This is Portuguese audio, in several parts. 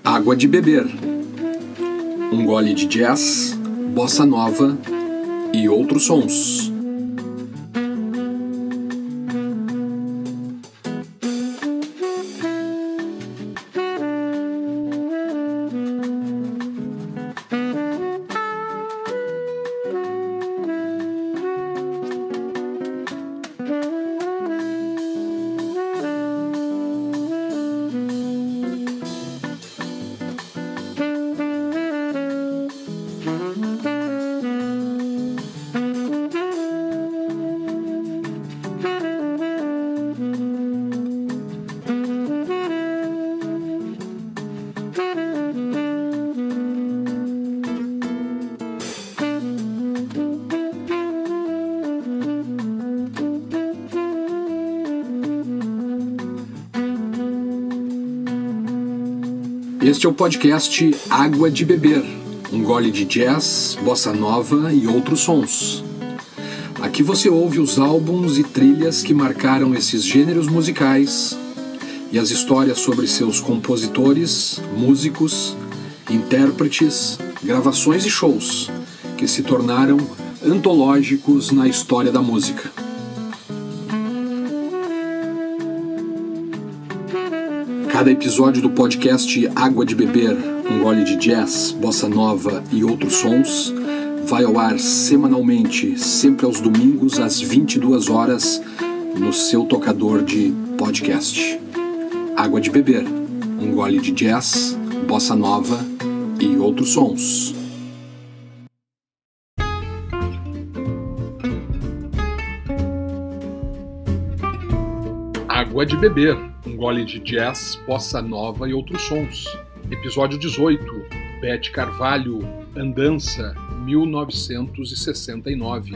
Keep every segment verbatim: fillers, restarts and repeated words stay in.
Água de beber, um gole de jazz, bossa nova e outros sons. Este é o podcast Água de Beber, um gole de jazz, bossa nova e outros sons. Aqui você ouve os álbuns e trilhas que marcaram esses gêneros musicais e as histórias sobre seus compositores, músicos, intérpretes, gravações e shows que se tornaram antológicos na história da música. Cada episódio do podcast Água de Beber, um gole de jazz, bossa nova e outros sons, vai ao ar semanalmente, sempre aos domingos às vinte e duas horas, no seu tocador de podcast. Água de Beber, um gole de jazz, bossa nova e outros sons. Água de Beber, um gole de jazz, bossa nova e outros sons. Episódio dezoito, Beth Carvalho, Andança, mil novecentos e sessenta e nove.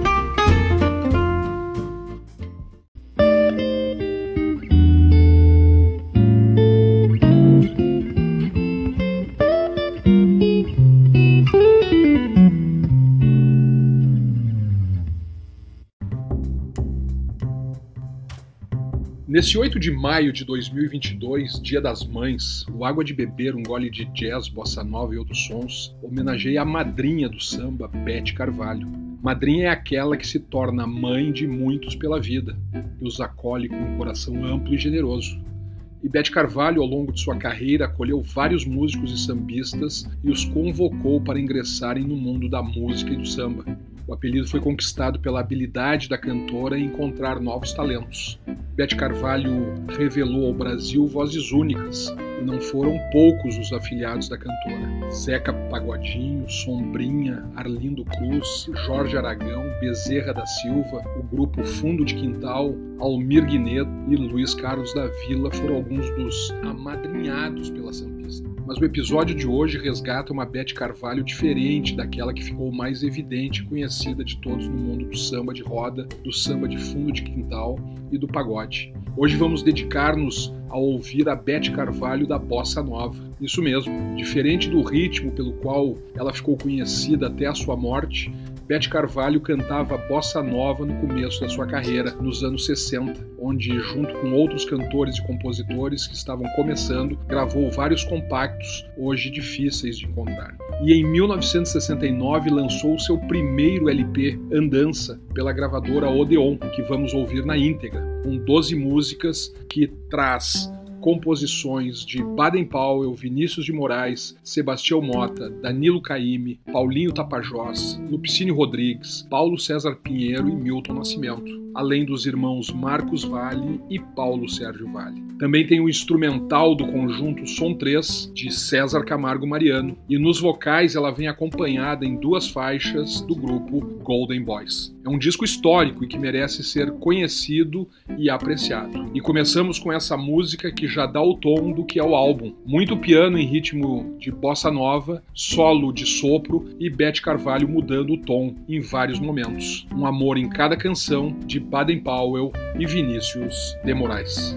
Nesse oito de maio de dois mil e vinte e dois, Dia das Mães, o Água de Beber, um gole de jazz, bossa nova e outros sons, homenageia a madrinha do samba, Beth Carvalho. Madrinha é aquela que se torna mãe de muitos pela vida e os acolhe com um coração amplo e generoso. E Beth Carvalho, ao longo de sua carreira, acolheu vários músicos e sambistas e os convocou para ingressarem no mundo da música e do samba. O apelido foi conquistado pela habilidade da cantora em encontrar novos talentos. Beth Carvalho revelou ao Brasil vozes únicas, e não foram poucos os afiliados da cantora. Zeca Pagodinho, Sombrinha, Arlindo Cruz, Jorge Aragão, Bezerra da Silva, o grupo Fundo de Quintal, Almir Guineto e Luiz Carlos da Vila foram alguns dos amadrinhados pela sambista. Mas o episódio de hoje resgata uma Beth Carvalho diferente daquela que ficou mais evidente e conhecida de todos no mundo do samba de roda, do samba de fundo de quintal e do pagode. Hoje vamos dedicar-nos a ouvir a Beth Carvalho da bossa nova. Isso mesmo, diferente do ritmo pelo qual ela ficou conhecida até a sua morte, Beth Carvalho cantava bossa nova no começo da sua carreira, nos anos sessenta, onde, junto com outros cantores e compositores que estavam começando, gravou vários compactos, hoje difíceis de encontrar. E em mil novecentos e sessenta e nove lançou o seu primeiro L P, Andança, pela gravadora Odeon, que vamos ouvir na íntegra, com doze músicas que traz composições de Baden Powell, Vinícius de Moraes, Sebastião Mota, Danilo Caymmi, Paulinho Tapajós, Lupicínio Rodrigues, Paulo César Pinheiro e Milton Nascimento, além dos irmãos Marcos Valle e Paulo Sérgio Valle. Também tem o instrumental do conjunto Som três, de César Camargo Mariano, e nos vocais ela vem acompanhada em duas faixas do grupo Golden Boys. É um disco histórico e que merece ser conhecido e apreciado. E começamos com essa música que já dá o tom do que é o álbum. Muito piano em ritmo de bossa nova, solo de sopro e Beth Carvalho mudando o tom em vários momentos. Um amor em cada canção de Baden Powell e Vinícius de Moraes.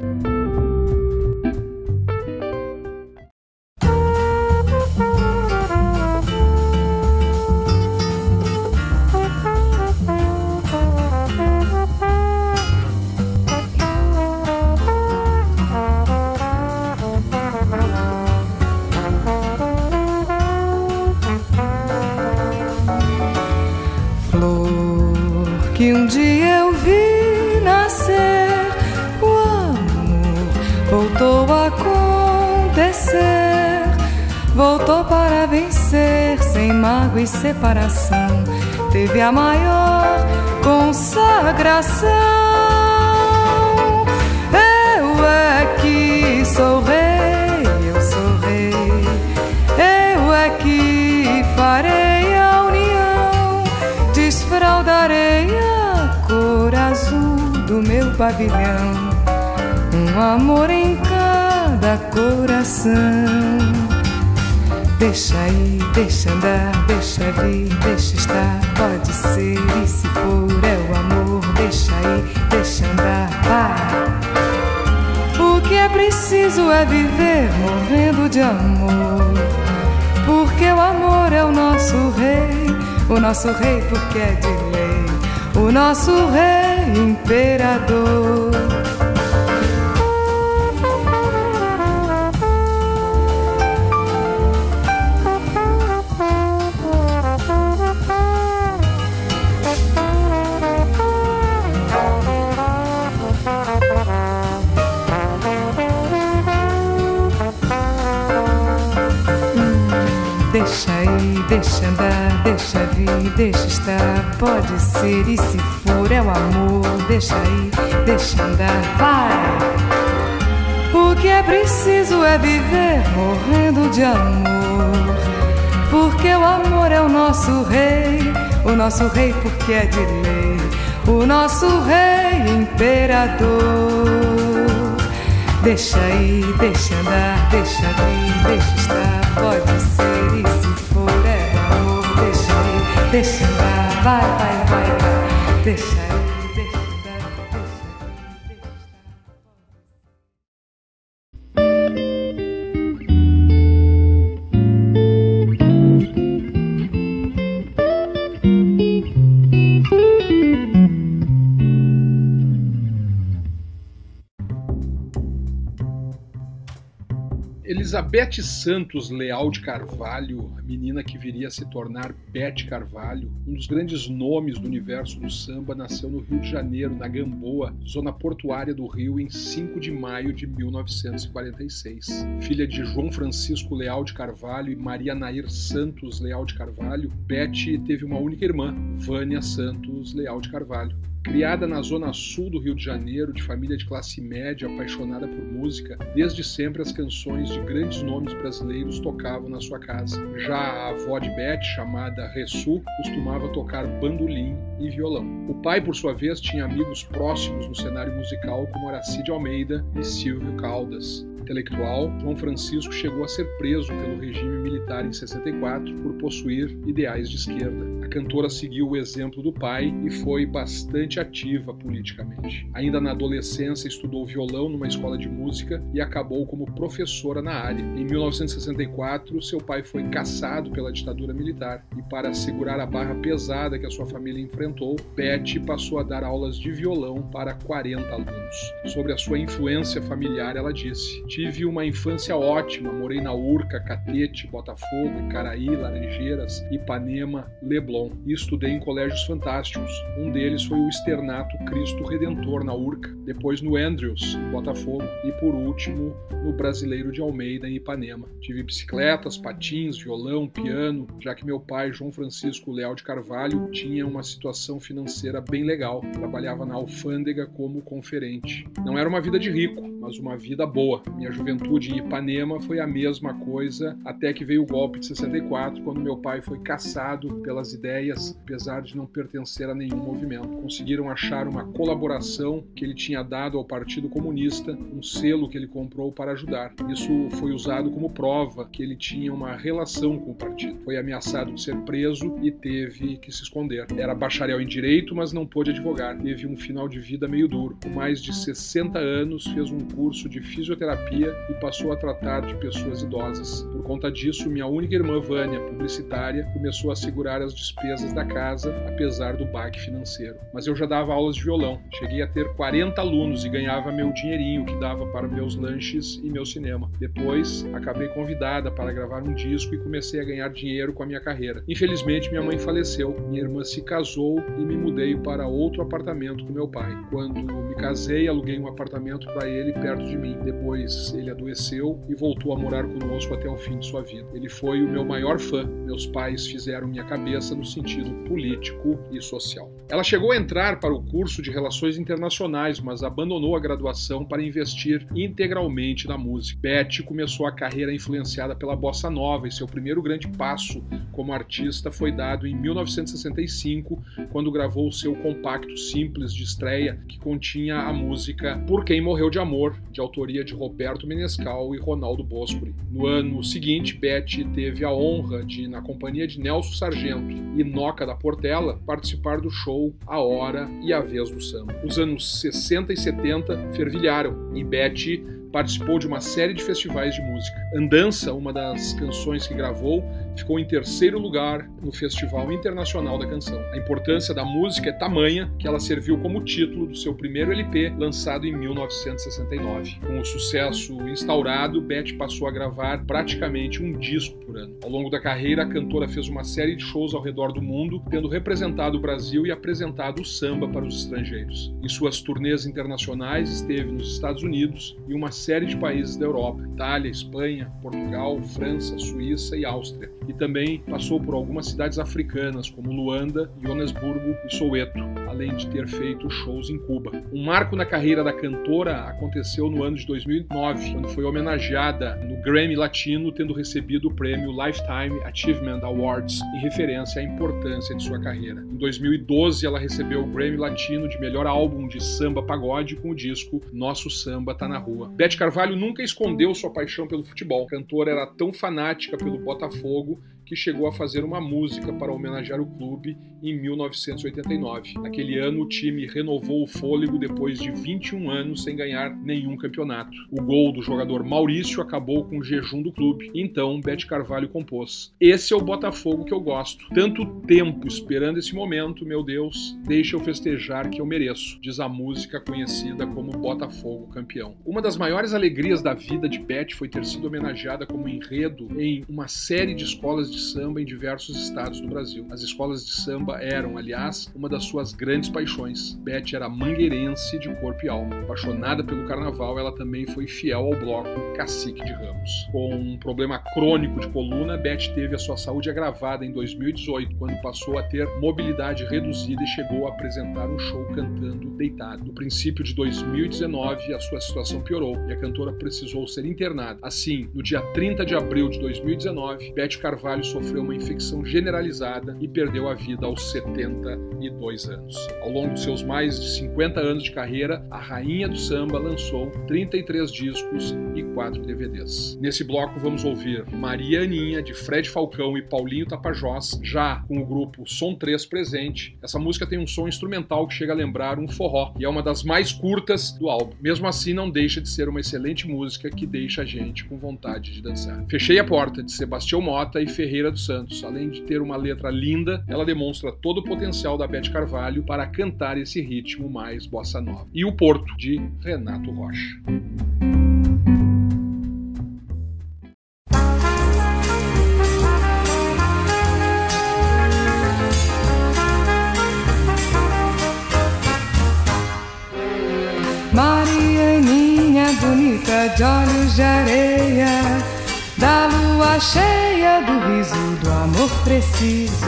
que um dia eu vi nascer. O amor voltou a acontecer, voltou para vencer, sem mágoa e separação. Teve a maior consagração. Eu é que sou rei, eu sou rei. Eu é que farei a união, desfraldarei a cor azul do meu pavilhão, um amor em cada coração. Deixa ir, deixa andar, deixa vir, deixa estar. Pode ser, e se for é o amor. Deixa ir, deixa andar, vai. O que é preciso é viver morrendo de amor, porque o amor é o nosso rei. O nosso rei porque é de lei, o nosso rei imperador. Deixa ir, deixa andar, deixa vir, deixa estar. Pode ser, e se for é o amor. Deixa ir, deixa andar, vai. O que é preciso é viver morrendo de amor, porque o amor é o nosso rei. O nosso rei porque é de lei, o nosso rei imperador. Deixa ir, deixa andar, deixa vir, deixa estar. Pode ser, e se for é amor. Deixa ir, deixa andar, vai, vai, vai, vai. Deixa ir, deixa andar, deixa vir, deixa estar. Elizabeth Santos Leal de Carvalho, a menina que viria a se tornar Beth Carvalho, um dos grandes nomes do universo do samba, nasceu no Rio de Janeiro, na Gamboa, zona portuária do Rio, em cinco de maio de mil novecentos e quarenta e seis. Filha de João Francisco Leal de Carvalho e Maria Nair Santos Leal de Carvalho, Beth teve uma única irmã, Vânia Santos Leal de Carvalho. Criada na zona sul do Rio de Janeiro, de família de classe média, apaixonada por música, desde sempre as canções de grandes nomes brasileiros tocavam na sua casa. Já a avó de Beth, chamada Ressu, costumava tocar bandolim e violão. O pai, por sua vez, tinha amigos próximos no cenário musical, como Aracide Almeida e Silvio Caldas. Intelectual, João Francisco chegou a ser preso pelo regime militar em sessenta e quatro por possuir ideais de esquerda. A cantora seguiu o exemplo do pai e foi bastante ativa politicamente. Ainda na adolescência, estudou violão numa escola de música e acabou como professora na área. Em mil novecentos e sessenta e quatro, seu pai foi cassado pela ditadura militar e, para segurar a barra pesada que a sua família enfrentou, Beth passou a dar aulas de violão para quarenta alunos. Sobre a sua influência familiar, ela disse: "Tive uma infância ótima, morei na Urca, Catete, Botafogo, Icaraí, Laranjeiras, Ipanema, Leblon e estudei em colégios fantásticos. Um deles foi o Externato Cristo Redentor na Urca, depois no Andrews, em Botafogo e por último no Brasileiro de Almeida, em Ipanema. Tive bicicletas, patins, violão, piano, já que meu pai, João Francisco Leal de Carvalho, tinha uma situação financeira bem legal, trabalhava na alfândega como conferente. Não era uma vida de rico, mas uma vida boa. Minha juventude em Ipanema foi a mesma coisa até que veio o golpe de sessenta e quatro, quando meu pai foi cassado pelas ideias, apesar de não pertencer a nenhum movimento. Conseguiram achar uma colaboração que ele tinha dado ao Partido Comunista, um selo que ele comprou para ajudar. Isso foi usado como prova que ele tinha uma relação com o partido. Foi ameaçado de ser preso e teve que se esconder. Era bacharel em Direito, mas não pôde advogar. Teve um final de vida meio duro. Com mais de sessenta anos, fez um curso de fisioterapia e passou a tratar de pessoas idosas. Por Por conta disso, minha única irmã Vânia, publicitária, começou a segurar as despesas da casa, apesar do baque financeiro. Mas eu já dava aulas de violão. Cheguei a ter quarenta alunos e ganhava meu dinheirinho que dava para meus lanches e meu cinema. Depois, acabei convidada para gravar um disco e comecei a ganhar dinheiro com a minha carreira. Infelizmente, minha mãe faleceu. Minha irmã se casou e me mudei para outro apartamento com meu pai. Quando me casei, aluguei um apartamento para ele perto de mim. Depois, ele adoeceu e voltou a morar conosco até o fim de sua vida. Ele foi o meu maior fã. Meus pais fizeram minha cabeça no sentido político e social. Ela chegou a entrar para o curso de Relações Internacionais, mas abandonou a graduação para investir integralmente na música. Beth começou a carreira influenciada pela bossa nova e seu primeiro grande passo como artista foi dado em mil novecentos e sessenta e cinco, quando gravou seu compacto simples de estreia que continha a música Por Quem Morreu de Amor, de autoria de Roberto Menescal e Ronaldo Boscoli. No ano seguinte, Beth teve a honra de, na companhia de Nelson Sargento e Noca da Portela, participar do show A Hora e a Vez do Samba. Os anos sessenta e setenta fervilharam e Beth participou de uma série de festivais de música. Andança, uma das canções que gravou, ficou em terceiro lugar no Festival Internacional da Canção. A importância da música é tamanha que ela serviu como título do seu primeiro L P, lançado em mil novecentos e sessenta e nove. Com o sucesso instaurado, Beth passou a gravar praticamente um disco por ano. Ao longo da carreira, a cantora fez uma série de shows ao redor do mundo, tendo representado o Brasil e apresentado o samba para os estrangeiros. Em suas turnês internacionais, esteve nos Estados Unidos e uma série de países da Europa, Itália, Espanha, Portugal, França, Suíça e Áustria. E também passou por algumas cidades africanas, como Luanda, Joanesburgo e Soweto, além de ter feito shows em Cuba. Um marco na carreira da cantora aconteceu no ano de dois mil e nove, quando foi homenageada no Grammy Latino, tendo recebido o prêmio Lifetime Achievement Awards, em referência à importância de sua carreira. Em dois mil e doze, ela recebeu o Grammy Latino de melhor álbum de samba pagode com o disco Nosso Samba Tá na Rua. Beth Carvalho nunca escondeu sua paixão pelo futebol. A cantora era tão fanática pelo Botafogo que chegou a fazer uma música para homenagear o clube em mil novecentos e oitenta e nove. Naquele ano, o time renovou o fôlego depois de vinte e um anos sem ganhar nenhum campeonato. O gol do jogador Maurício acabou com o jejum do clube. Então, Beth Carvalho compôs: "Esse é o Botafogo que eu gosto. Tanto tempo esperando esse momento, meu Deus, deixa eu festejar que eu mereço", diz a música conhecida como Botafogo Campeão. Uma das maiores alegrias da vida de Beth foi ter sido homenageada como enredo em uma série de escolas de samba em diversos estados do Brasil. As escolas de samba eram, aliás, uma das suas grandes paixões. Beth era mangueirense de corpo e alma. Apaixonada pelo carnaval, ela também foi fiel ao bloco Cacique de Ramos. Com um problema crônico de coluna, Beth teve a sua saúde agravada em dois mil e dezoito, quando passou a ter mobilidade reduzida e chegou a apresentar um show cantando deitado. No princípio de dois mil e dezenove, a sua situação piorou e a cantora precisou ser internada. Assim, no dia trinta de abril de dois mil e dezenove, Beth Carvalho sofreu uma infecção generalizada e perdeu a vida aos setenta e dois anos. Ao longo de seus mais de cinquenta anos de carreira, a rainha do samba lançou trinta e três discos e quatro D V Ds. Nesse bloco vamos ouvir Maria Aninha, de Fred Falcão e Paulinho Tapajós, já com o grupo Som três presente. Essa música tem um som instrumental que chega a lembrar um forró e é uma das mais curtas do álbum. Mesmo assim, não deixa de ser uma excelente música que deixa a gente com vontade de dançar. Fechei a Porta, de Sebastião Mota e Ferreira dos Santos. Além de ter uma letra linda, ela demonstra todo o potencial da Beth Carvalho para cantar esse ritmo mais bossa nova. E O Porto, de Renato Rocha. Marianinha bonita de olhos de areia, da lua cheia, do riso do amor preciso.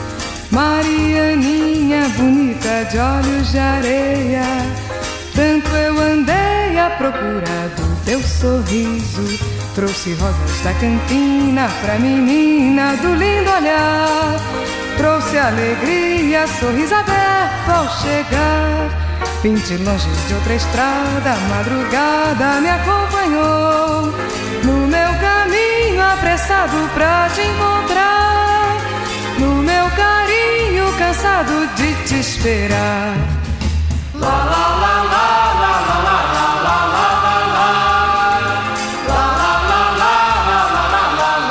Marianinha bonita de olhos de areia, tanto eu andei à procura do teu sorriso. Trouxe rosas da cantina pra menina do lindo olhar, trouxe alegria, sorriso aberto ao chegar. Vim de longe de outra estrada, a madrugada me acompanhou no meu caminho apressado pra te encontrar, no meu carinho cansado de te esperar. La la la la la la la la la la la la la la la la la la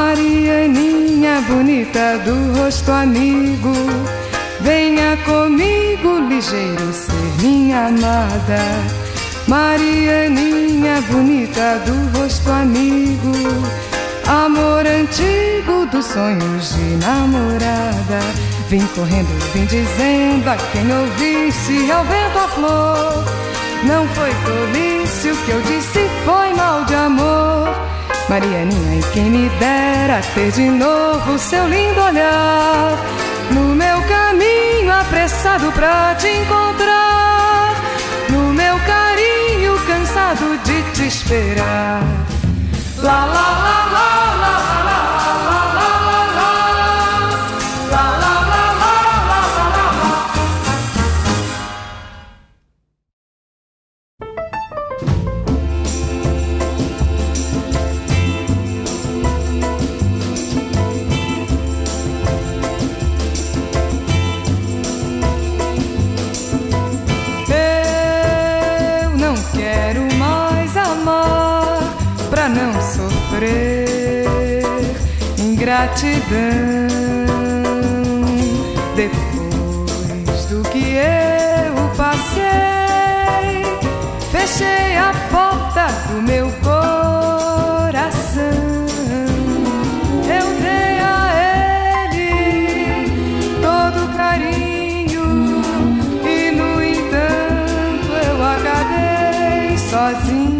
Marianinha bonita do rosto amigo, venha comigo, ligeiro, ser minha amada. Marianinha bonita do rosto amigo, amor antigo dos sonhos de namorada. Vim correndo, vim dizendo a quem ouvisse, ao vento a flor. Não foi tolice o que eu disse, foi mal de amor. Marianinha, e quem me dera ter de novo seu lindo olhar no meu caminho apressado pra te encontrar, no meu carinho cansado de te esperar. Lá, lá, lá, lá, lá, lá, lá. Ingratidão, depois do que eu passei, fechei a porta do meu coração. Eu dei a ele todo carinho e, no entanto, eu acabei sozinha.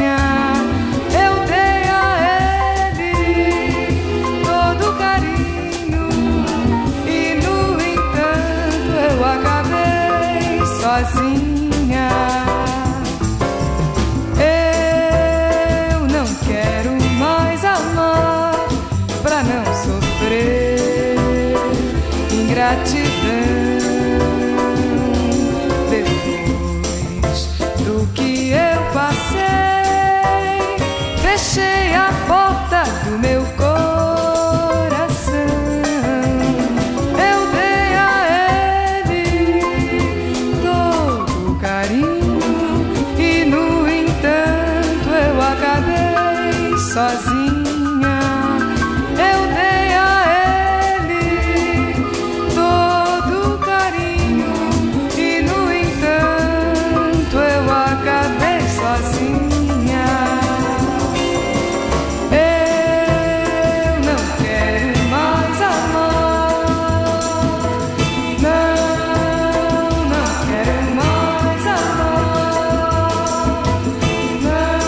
Sozinha, eu não quero mais amar pra não sofrer ingratidão. Depois do que eu passei, fechei a porta do meu coração. Sozinha, eu dei a ele todo carinho e, no entanto, eu acabei sozinha. Eu não quero mais amar, não, não quero mais amar, não.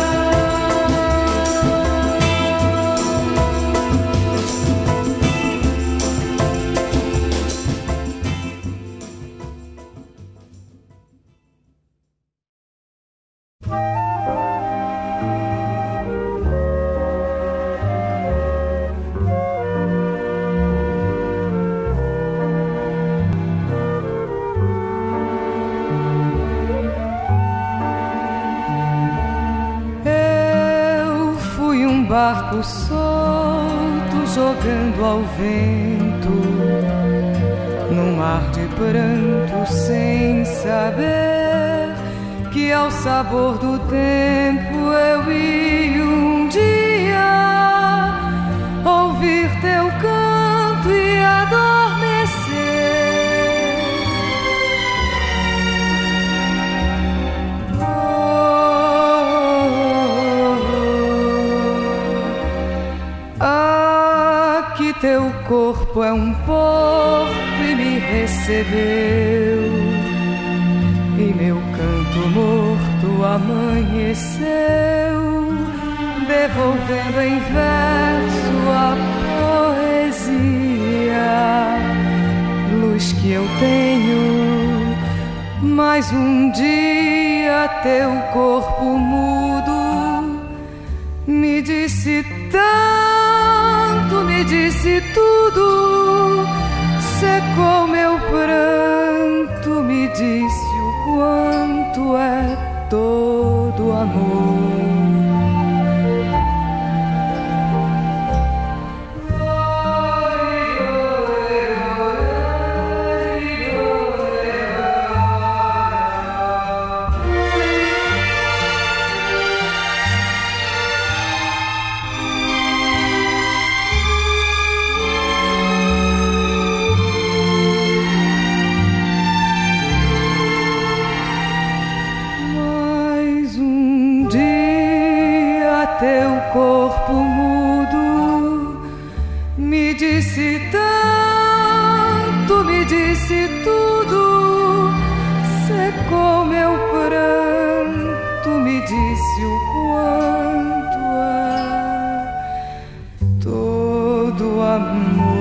Barco solto jogando ao vento, num mar de pranto, sem saber que ao sabor do tempo eu ia um dia ouvir teu canto e adormecer. Teu corpo é um porto e me recebeu, e meu canto morto amanheceu, devolvendo em verso a poesia, luz que eu tenho. Mas um dia teu corpo mudo me disse tanto, me disse tudo, secou meu pranto, me disse o quanto é todo amor. disse tudo, secou meu pranto, me disse o quanto é todo amor.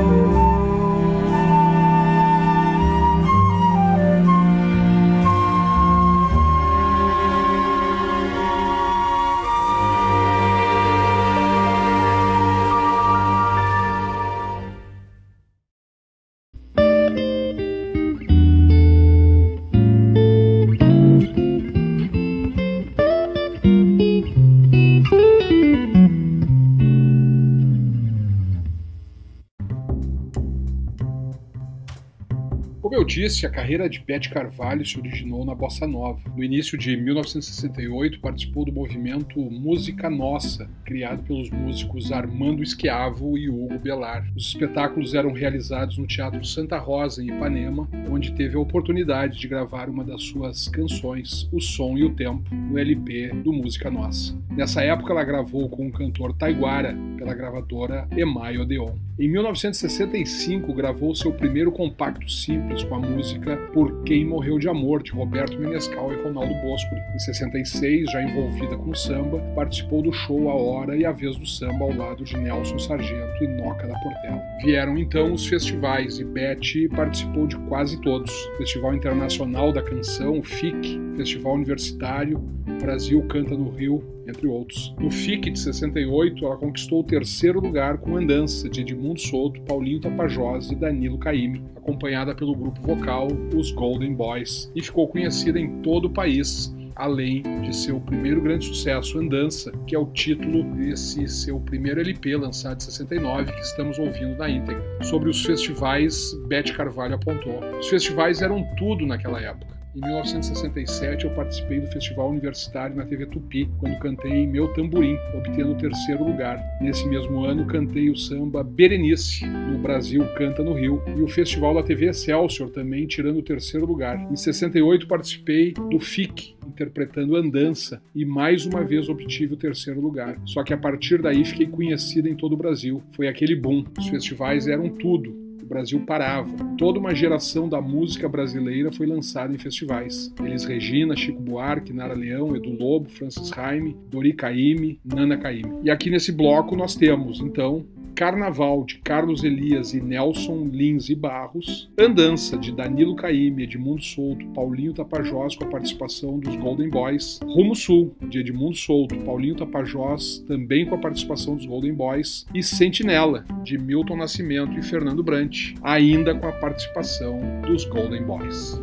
Como eu disse, a carreira de Bete Carvalho se originou na Bossa Nova. No início de mil novecentos e sessenta e oito, participou do movimento Música Nossa, criado pelos músicos Armando Schiavo e Hugo Belar. Os espetáculos eram realizados no Teatro Santa Rosa, em Ipanema, onde teve a oportunidade de gravar uma das suas canções, O Som e o Tempo, no L P do Música Nossa. Nessa época, ela gravou com o cantor Taiguara, pela gravadora Emai Odeon. Em mil novecentos e sessenta e cinco, gravou seu primeiro compacto simples com a música Por Quem Morreu de Amor, de Roberto Menescal e Ronaldo Boscoli. Em sessenta e seis, já envolvida com o samba, participou do show A Hora e a Vez do Samba ao lado de Nelson Sargento e Noca da Portela. Vieram então os festivais e Bete participou de quase todos. Festival Internacional da Canção, o F I C, Festival Universitário, Brasil Canta no Rio, entre outros. No F I C de sessenta e oito, ela conquistou o terceiro lugar com Andança, de Edmundo Souto, Paulinho Tapajós e Danilo Caymmi, acompanhada pelo grupo vocal Os Golden Boys, e ficou conhecida em todo o país, além de seu primeiro grande sucesso, Andança, que é o título desse seu primeiro L P lançado em sessenta e nove, que estamos ouvindo na íntegra. Sobre os festivais, Bete Carvalho apontou: os festivais eram tudo naquela época. Em mil novecentos e sessenta e sete, eu participei do Festival Universitário na T V Tupi, quando cantei Meu Tamborim, obtendo o terceiro lugar. Nesse mesmo ano, cantei o samba Berenice, no Brasil Canta no Rio, e o Festival da T V Excelsior também, tirando o terceiro lugar. Em sessenta e oito, participei do F I C, interpretando Andança, e mais uma vez obtive o terceiro lugar. Só que a partir daí fiquei conhecida em todo o Brasil. Foi aquele boom. Os festivais eram tudo. O Brasil parava. Toda uma geração da música brasileira foi lançada em festivais. Elis Regina, Chico Buarque, Nara Leão, Edu Lobo, Francis Raime, Dori Caymmi, Nana Caymmi. E aqui nesse bloco nós temos, então, Carnaval, de Carlos Elias e Nelson Lins e Barros, Andança, de Danilo Caymmi, Edmundo Souto, Paulinho Tapajós, com a participação dos Golden Boys, Rumo Sul, de Edmundo Souto, Paulinho Tapajós, também com a participação dos Golden Boys, e Sentinela, de Milton Nascimento e Fernando Brant, ainda com a participação dos Golden Boys.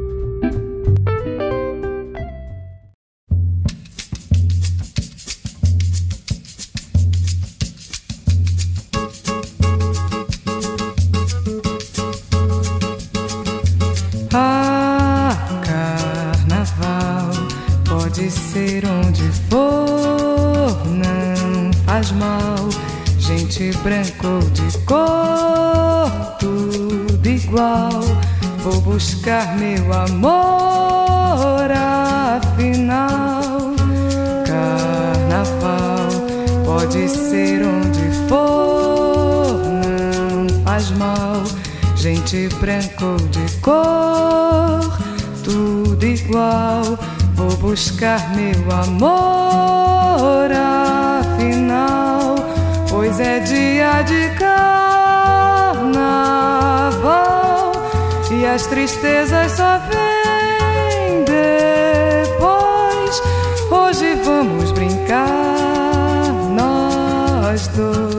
Ah, carnaval pode ser onde for, não faz mal. Gente branca ou de cor, tudo igual. Vou buscar meu amor, afinal. Carnaval pode ser onde for, não faz mal. Gente branca ou de cor, tudo igual. Vou buscar meu amor, afinal. Pois é dia de carnaval e as tristezas só vêm depois. Hoje vamos brincar, nós dois.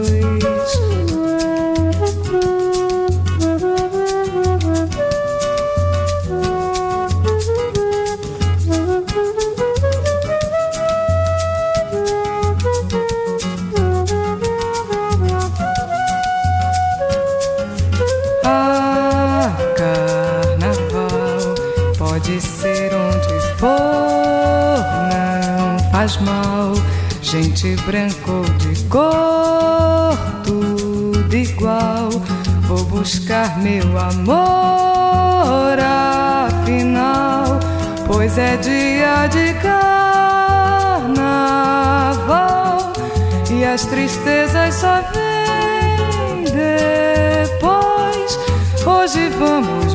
Pode ser onde for, não faz mal. Gente branca ou de cor, tudo igual. Vou buscar meu amor, afinal. Pois é dia de carnaval e as tristezas só vêm depois. Hoje vamos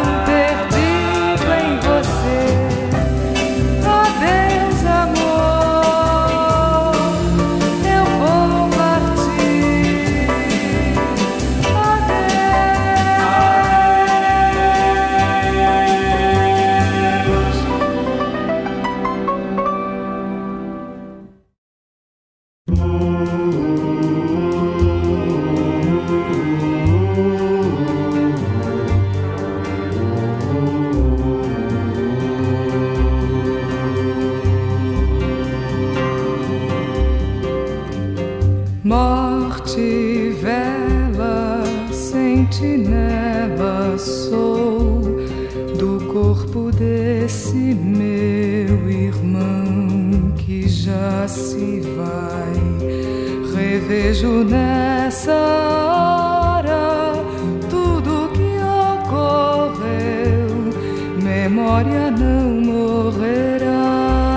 corpo desse meu irmão que já se vai, revejo nessa hora tudo que ocorreu, memória não morrerá.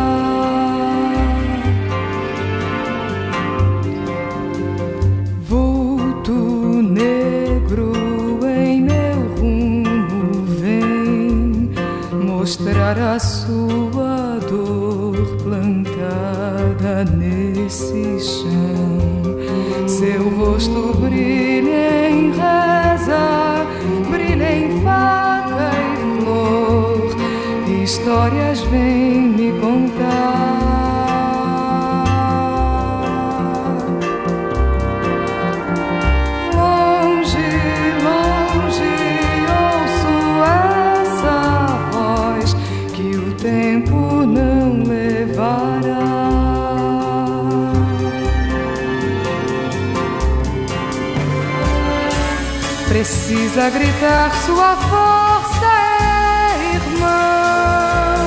Vulto negro em meu rumo vem mostrar a sua dor plantada nesse chão. Seu rosto brilha em reza, brilha em faca e flor, histórias vêm me contar. Longe, longe, ouço essa voz que o tempo não levará. Precisa gritar sua força, irmão.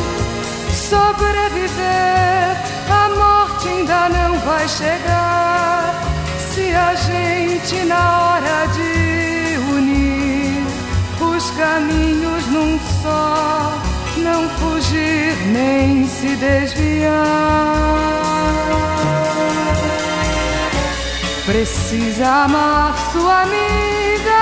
Sobreviver, a morte ainda não vai chegar. Se a gente na hora de unir os caminhos num só, não fugir nem se desviar. Precisa amar sua amiga,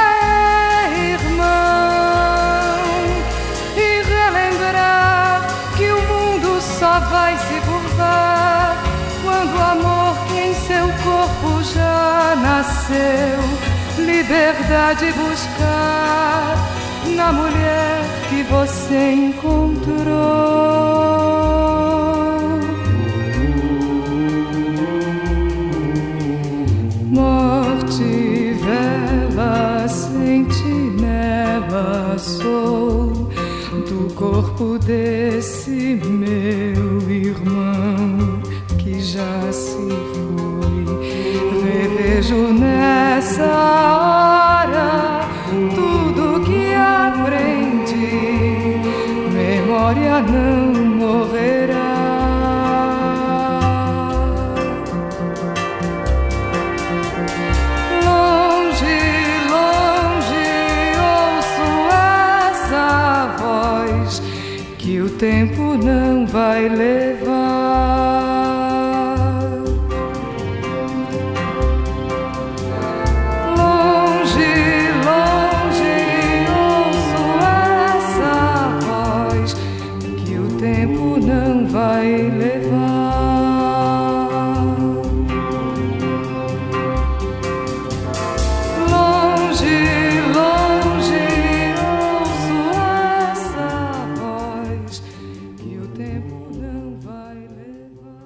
irmão, e relembrar que o mundo só vai se curvar quando o amor que em seu corpo já nasceu, liberdade buscar na mulher que você encontrou. Morte, vela, sentinela sou do corpo desse meu irmão que já se foi. Revejo nessa hora tudo que aprendi, memória não morrerá. Que o tempo não vai levar. Longe, longe, ouço essa voz que o tempo não vai levar. Longe, longe, ouço essa voz que o tempo não vai levar.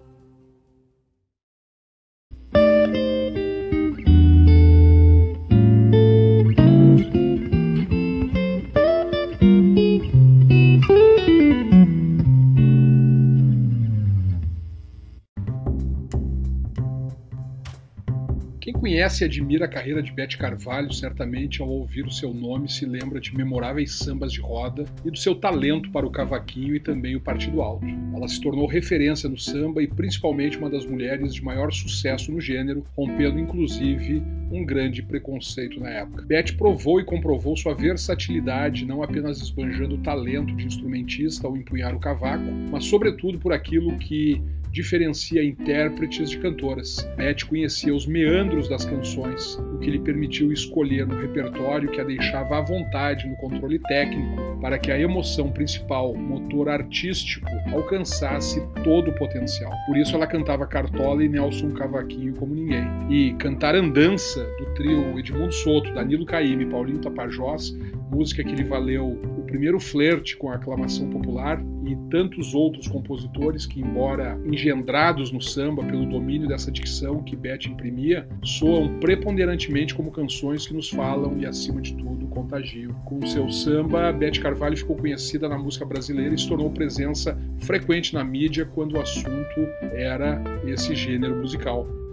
Quem conhece e admira a carreira de Beth Carvalho, certamente ao ouvir o seu nome se lembra de memoráveis sambas de roda e do seu talento para o cavaquinho e também o partido alto. Ela se tornou referência no samba e principalmente uma das mulheres de maior sucesso no gênero, rompendo inclusive um grande preconceito na época. Beth provou e comprovou sua versatilidade, não apenas esbanjando o talento de instrumentista ao empunhar o cavaco, mas sobretudo por aquilo que diferencia intérpretes de cantoras. Beth conhecia os meandros das canções, o que lhe permitiu escolher um repertório que a deixava à vontade no controle técnico para que a emoção principal, motor artístico, alcançasse todo o potencial. Por isso ela cantava Cartola e Nelson Cavaquinho como ninguém. E cantar Andança, do trio Edmundo Soto, Danilo Caymmi e Paulinho Tapajós, música que lhe valeu o primeiro flerte com a aclamação popular, e tantos outros compositores que, embora engendrados no samba pelo domínio dessa dicção que Beth imprimia, soam preponderantemente como canções que nos falam e, acima de tudo, contagiam. Com seu samba, Beth Carvalho ficou conhecida na música brasileira e se tornou presença frequente na mídia quando o assunto era esse gênero musical. A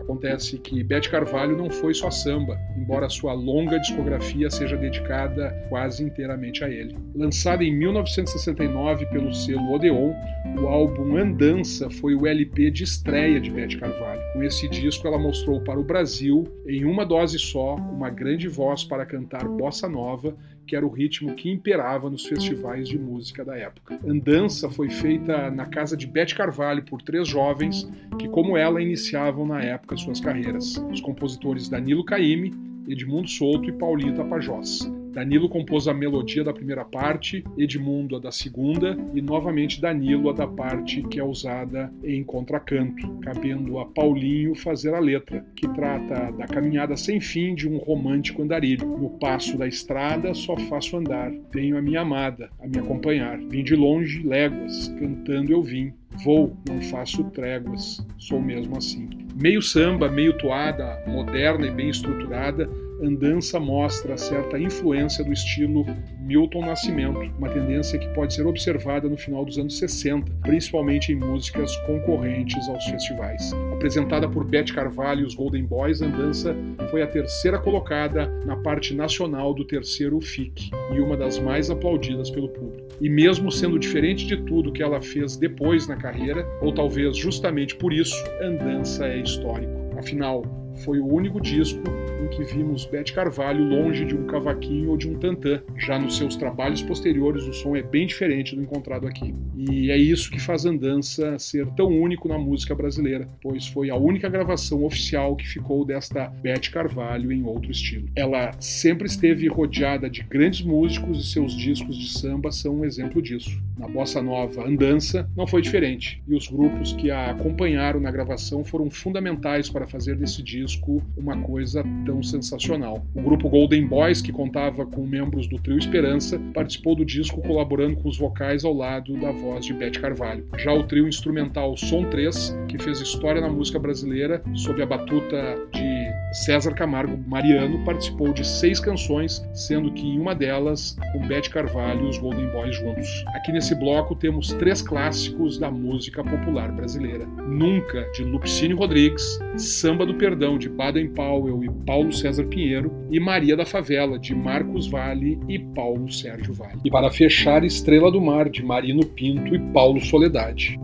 Acontece que Bete Carvalho não foi só samba, embora sua longa discografia seja dedicada quase inteiramente a ele. Lançada em mil novecentos e sessenta e nove pelo selo Odeon, o álbum Andança foi o L P de estreia de Bete Carvalho. Com esse disco, ela mostrou para o Brasil, em uma dose só, uma grande voz para cantar bossa nova, que era o ritmo que imperava nos festivais de música da época. Andança foi feita na casa de Bete Carvalho por três jovens que, como ela, iniciavam na época suas carreiras. Os compositores Danilo Caymmi, Edmundo Souto e Paulinho Tapajós. Danilo compôs a melodia da primeira parte, Edmundo a da segunda e novamente Danilo a da parte que é usada em contracanto, cabendo a Paulinho fazer a letra, que trata da caminhada sem fim de um romântico andarilho. No passo da estrada só faço andar, tenho a minha amada a me acompanhar. Vim de longe, léguas, cantando eu vim. Vou, não faço tréguas, sou mesmo assim. Meio samba, meio toada, moderna e bem estruturada, Andança mostra certa influência do estilo Milton Nascimento, uma tendência que pode ser observada no final dos anos sessenta, principalmente em músicas concorrentes aos festivais. Apresentada por Bete Carvalho e os Golden Boys, Andança foi a terceira colocada na parte nacional do terceiro F I C e uma das mais aplaudidas pelo público. E mesmo sendo diferente de tudo que ela fez depois na carreira, ou talvez justamente por isso, Andança é histórico. Afinal, foi o único disco em que vimos Bete Carvalho longe de um cavaquinho ou de um tantã. Já nos seus trabalhos posteriores, o som é bem diferente do encontrado aqui. E é isso que faz Andança ser tão único na música brasileira, pois foi a única gravação oficial que ficou desta Bete Carvalho em outro estilo. Ela sempre esteve rodeada de grandes músicos e seus discos de samba são um exemplo disso. Na bossa nova, Andança não foi diferente, e os grupos que a acompanharam na gravação foram fundamentais para fazer desse disco uma coisa tão sensacional. O grupo Golden Boys, que contava com membros do trio Esperança, participou do disco colaborando com os vocais ao lado da voz de Bete Carvalho. Já o trio instrumental Som três, que fez história na música brasileira sob a batuta de César Camargo Mariano, participou de seis canções, sendo que em uma delas com Bete Carvalho e os Golden Boys juntos. Aqui nesse bloco temos três clássicos da música popular brasileira: Nunca, de Lupicínio Rodrigues, Samba do Perdão, de Baden Powell e Paulo César Pinheiro, e Maria da Favela, de Marcos Valle e Paulo Sérgio Valle. E para fechar, Estrela do Mar, de Marino Pinto e Paulo Soledade.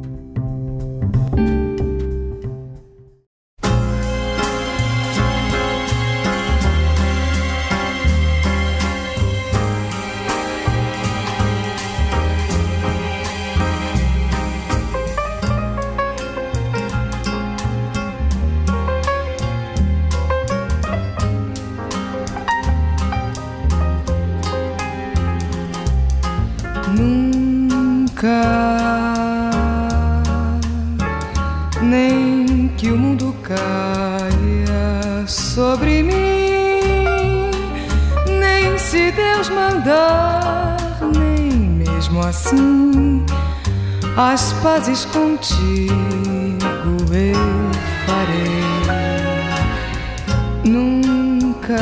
Nem que o mundo caia sobre mim, nem se Deus mandar, nem mesmo assim as pazes contigo eu farei. Nunca,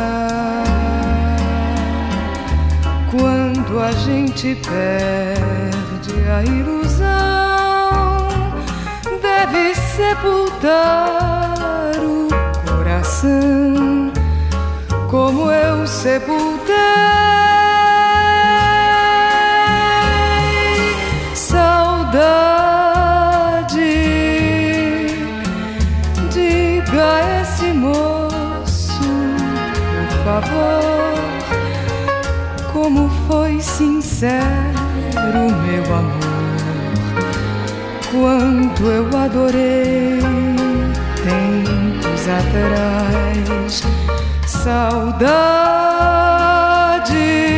quando a gente perde a ilusão, deve sepultar o coração como eu sepultei saudade. Diga a esse moço, por favor, como foi sincero meu amor quando eu adorei tempos atrás. Saudade,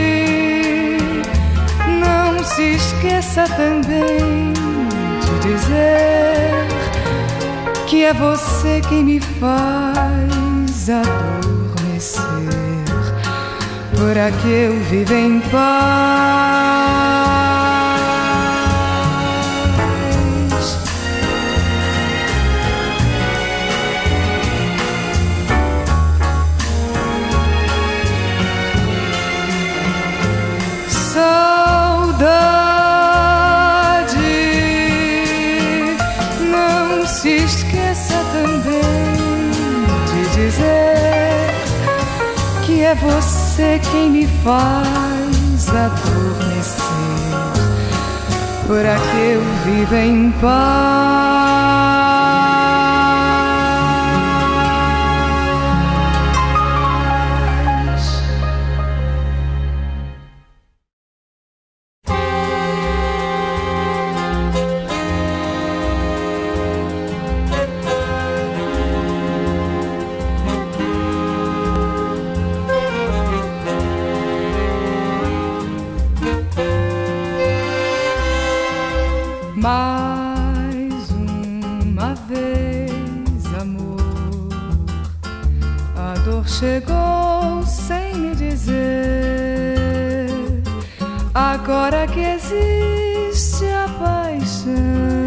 não se esqueça também de dizer que é você quem me faz adormecer, para que eu viva em paz. Saudade, não se esqueça também é você quem me faz adormecer, para que eu viva em paz. Mais uma vez, amor, a dor chegou sem me dizer. Agora que existe a paixão,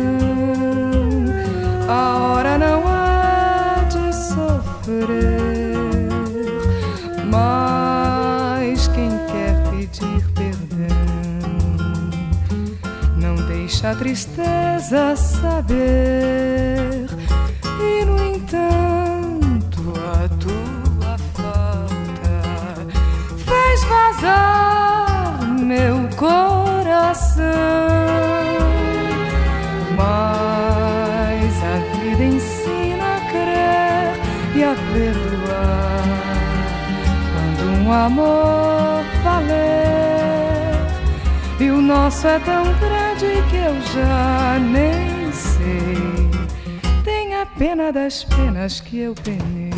a hora não há de sofrer. Mas quem quer pedir deixa a tristeza saber, e no entanto a tua falta fez vazar meu coração. Mas a vida ensina a crer e a perdoar quando um amor valer, e o nosso é tão grande que eu já nem sei. Tenha pena das penas que eu penei.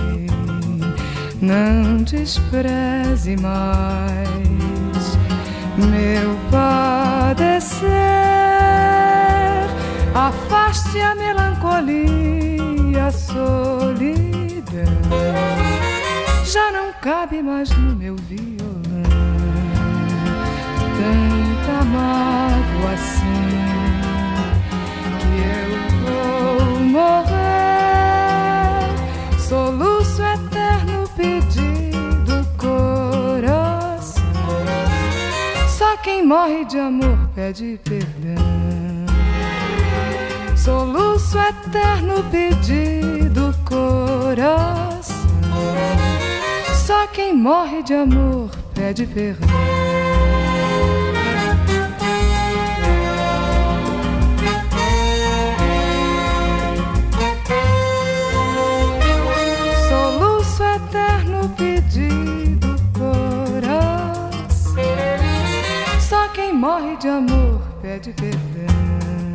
Não despreze mais meu padecer. Afaste a melancolia, a solidão. Já não cabe mais no meu violão tanta mágoa assim, que eu vou morrer. Soluço eterno pedido coração. Só quem morre de amor pede perdão. Soluço eterno pedido coração. Só quem morre de amor pede perdão. Pedido coração. Só quem morre de amor pede perdão.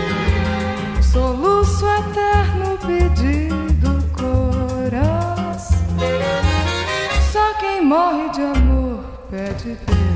Soluço eterno pedido coração. Só quem morre de amor pede perdão.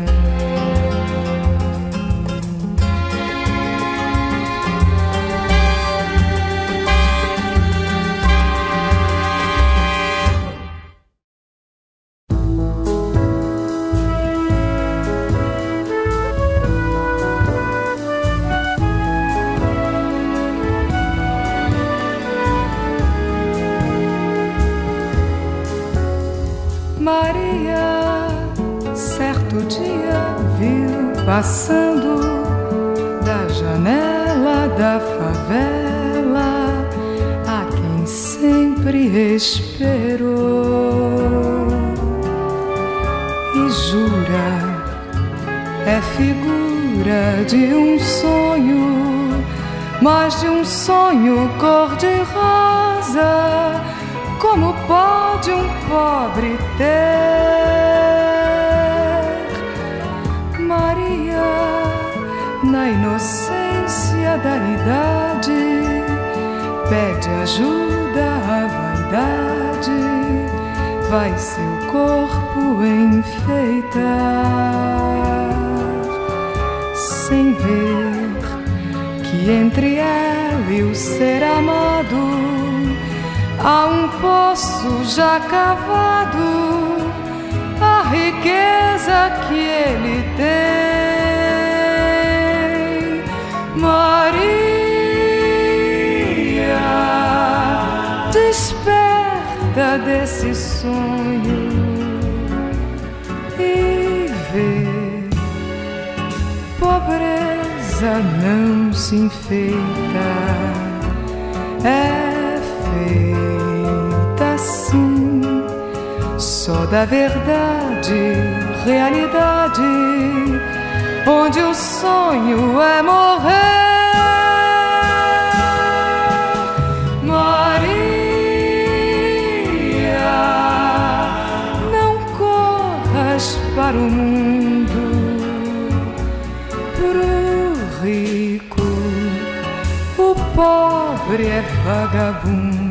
Maria, certo dia, viu passando da janela da favela a quem sempre esperou. E jura, é figura de um sonho, mas de um sonho cor-de-rosa. Como pode um pobre ter? Maria, na inocência da idade, pede ajuda à vaidade, vai seu corpo enfeitar, sem ver que entre ela e o ser amado há um poço já cavado, a riqueza que ele tem. Maria, desperta desse sonho e vê, pobreza não se enfeita, é feita assim, só da verdade, realidade, onde o sonho é morrer. Maria, não corras para o mundo, pro rico o pobre é vagabundo.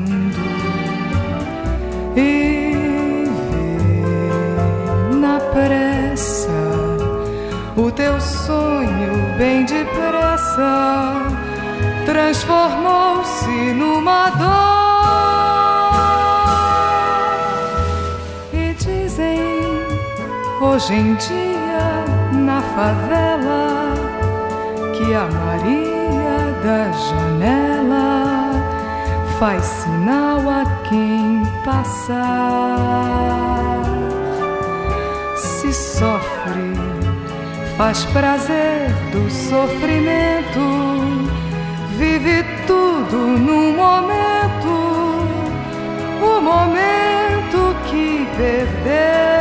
E vê na pressa o teu sonho bem depressa transformou-se numa dor. E dizem hoje em dia na favela que a Maria da janela faz sinal a quem passar. Se sofre, faz prazer do sofrimento, vive tudo num momento, o momento que perdeu.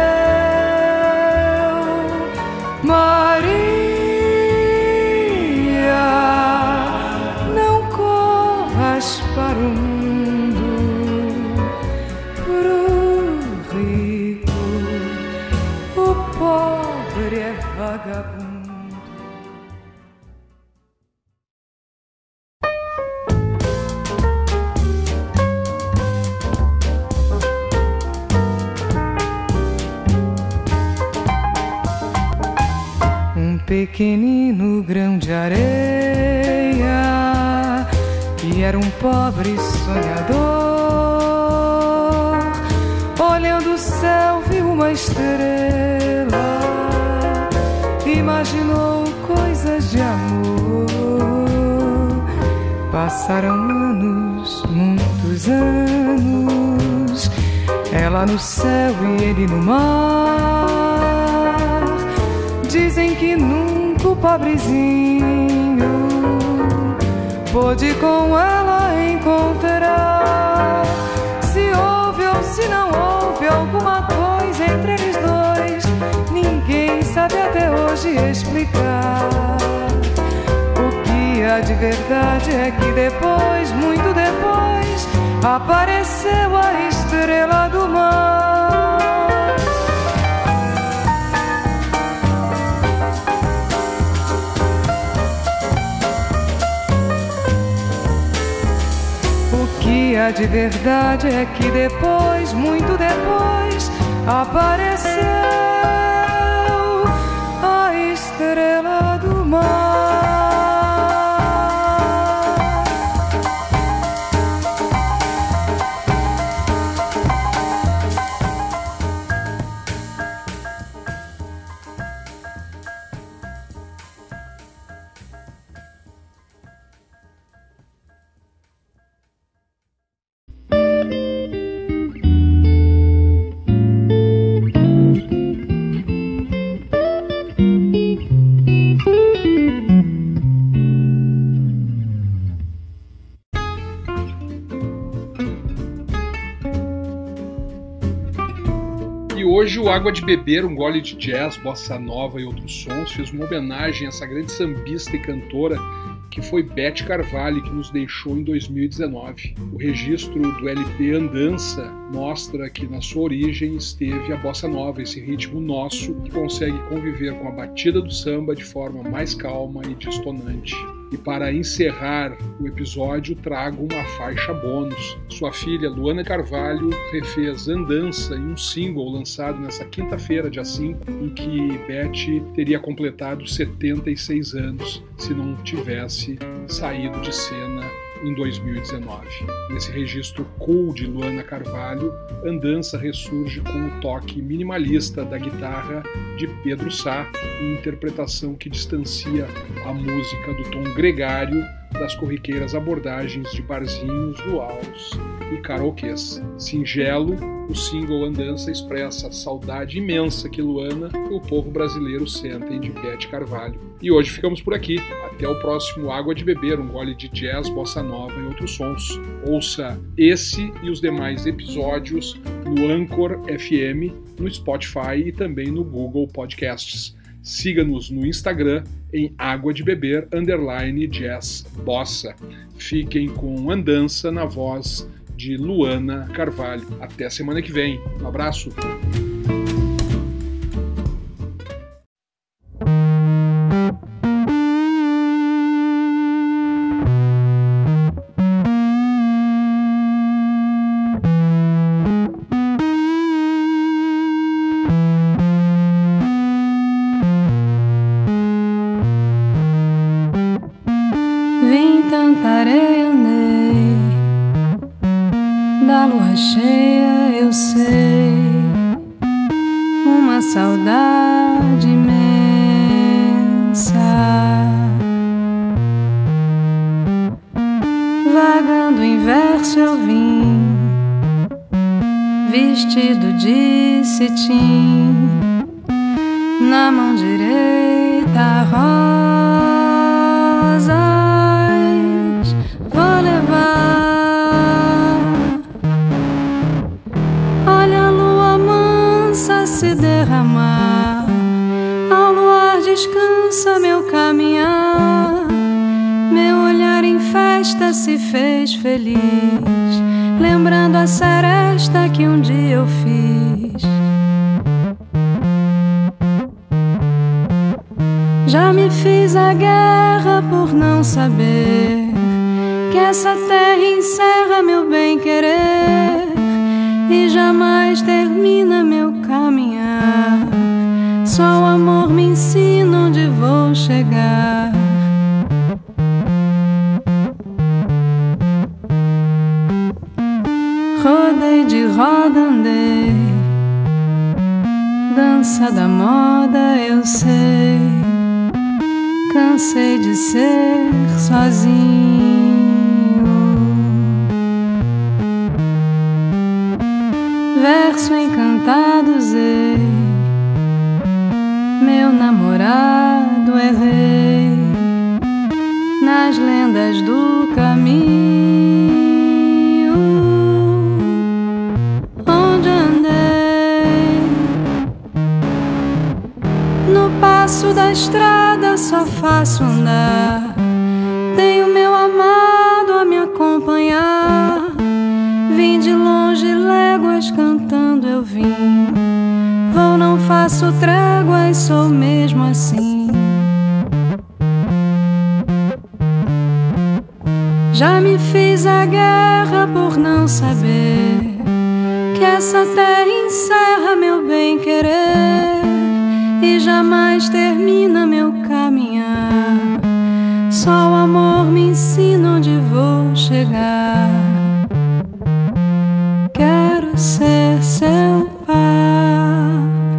Maria, não corras para o mundo, pro rico o pobre é vagabundo. Um pequenino grão de areia que era um pobre sonhador, olhando o céu viu uma estrela, imaginou coisas de amor. Passaram anos, muitos anos, ela no céu e ele no mar. Dizem que nunca o pobrezinho pôde com ela encontrar. Se houve ou se não houve alguma coisa entre eles dois, ninguém sabe até hoje explicar. O que há de verdade é que depois, muito depois, apareceu a estrela do mar. O que há de verdade é que depois, muito depois, apareceu a estrela do mar. Hoje o Água de Beber, um gole de jazz, bossa nova e outros sons, fez uma homenagem a essa grande sambista e cantora que foi Beth Carvalho, que nos deixou em dois mil e dezenove. O registro do L P Andança mostra que na sua origem esteve a bossa nova, esse ritmo nosso que consegue conviver com a batida do samba de forma mais calma e distonante. E para encerrar o episódio, trago uma faixa bônus. Sua filha, Luana Carvalho, refez Andança em um single lançado nessa quinta-feira, dia cinco, em que Beth teria completado setenta e seis anos, se não tivesse saído de cena em dois mil e dezenove. Nesse registro cool de Luana Carvalho, Andança ressurge com o toque minimalista da guitarra de Pedro Sá e interpretação que distancia a música do tom gregário das corriqueiras abordagens de barzinhos, luaus e karaokês. Singelo, o single Andança expressa a saudade imensa que Luana e o povo brasileiro sentem de Beth Carvalho. E hoje ficamos por aqui. Até o próximo Água de Beber, um gole de jazz, bossa nova e outros sons. Ouça esse e os demais episódios no Anchor F M, no Spotify e também no Google Podcasts. Siga-nos no Instagram em Água de Beber underline Jazz Bossa. Fiquem com Andança na voz de Luana Carvalho. Até semana que vem. Um abraço. Vim tanta areia, andei, da lua cheia eu sei, uma saudade imensa, vagando em verso eu vim, vestido de cetim, na mão direita rosas vou levar. Olha a lua mansa se derramar, ao luar descansa meu caminhar, meu olhar em festa se fez feliz, lembrando a seresta que um dia eu fiz. Já me fiz a guerra por não saber que essa terra encerra meu bem-querer e jamais termina meu caminhar. Só o amor me ensina onde vou chegar. Rodei de roda, andei, dança da moda eu sei, cansei de ser sozinho. Verso encantado usei, meu namorado é rei, nas lendas do caminho onde andei. No passo da estrada só faço andar, tenho meu amado a me acompanhar. Vim de longe léguas cantando eu vim, vou não faço tréguas, sou mesmo assim. Já me fiz a guerra por não saber que essa terra encerra meu bem-querer e jamais termina meu caminhar. Só o amor me ensina onde vou chegar. Quero ser seu par.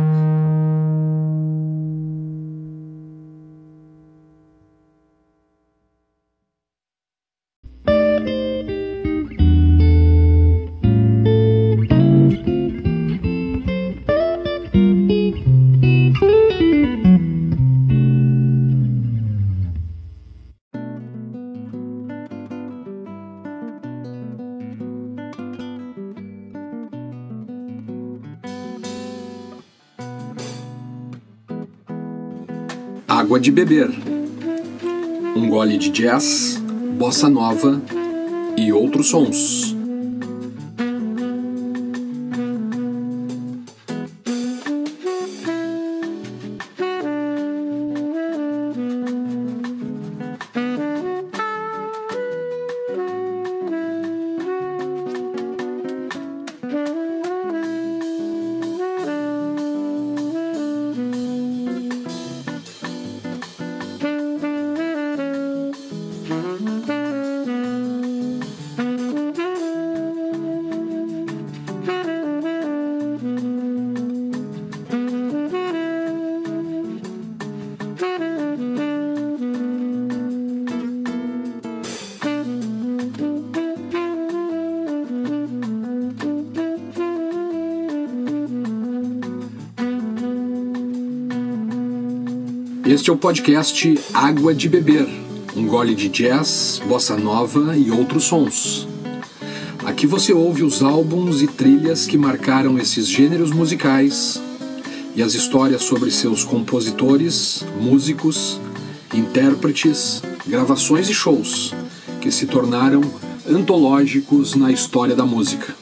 Água de Beber, um gole de jazz, bossa nova e outros sons. Este é o podcast Água de Beber, um gole de jazz, bossa nova e outros sons. Aqui você ouve os álbuns e trilhas que marcaram esses gêneros musicais e as histórias sobre seus compositores, músicos, intérpretes, gravações e shows que se tornaram antológicos na história da música.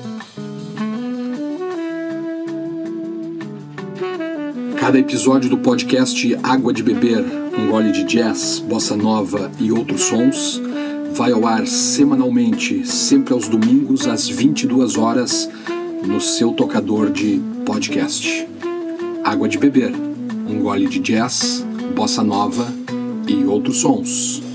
Cada episódio do podcast Água de Beber, um gole de jazz, bossa nova e outros sons, vai ao ar semanalmente, sempre aos domingos, às vinte e duas horas, no seu tocador de podcast. Água de Beber, um gole de jazz, bossa nova e outros sons.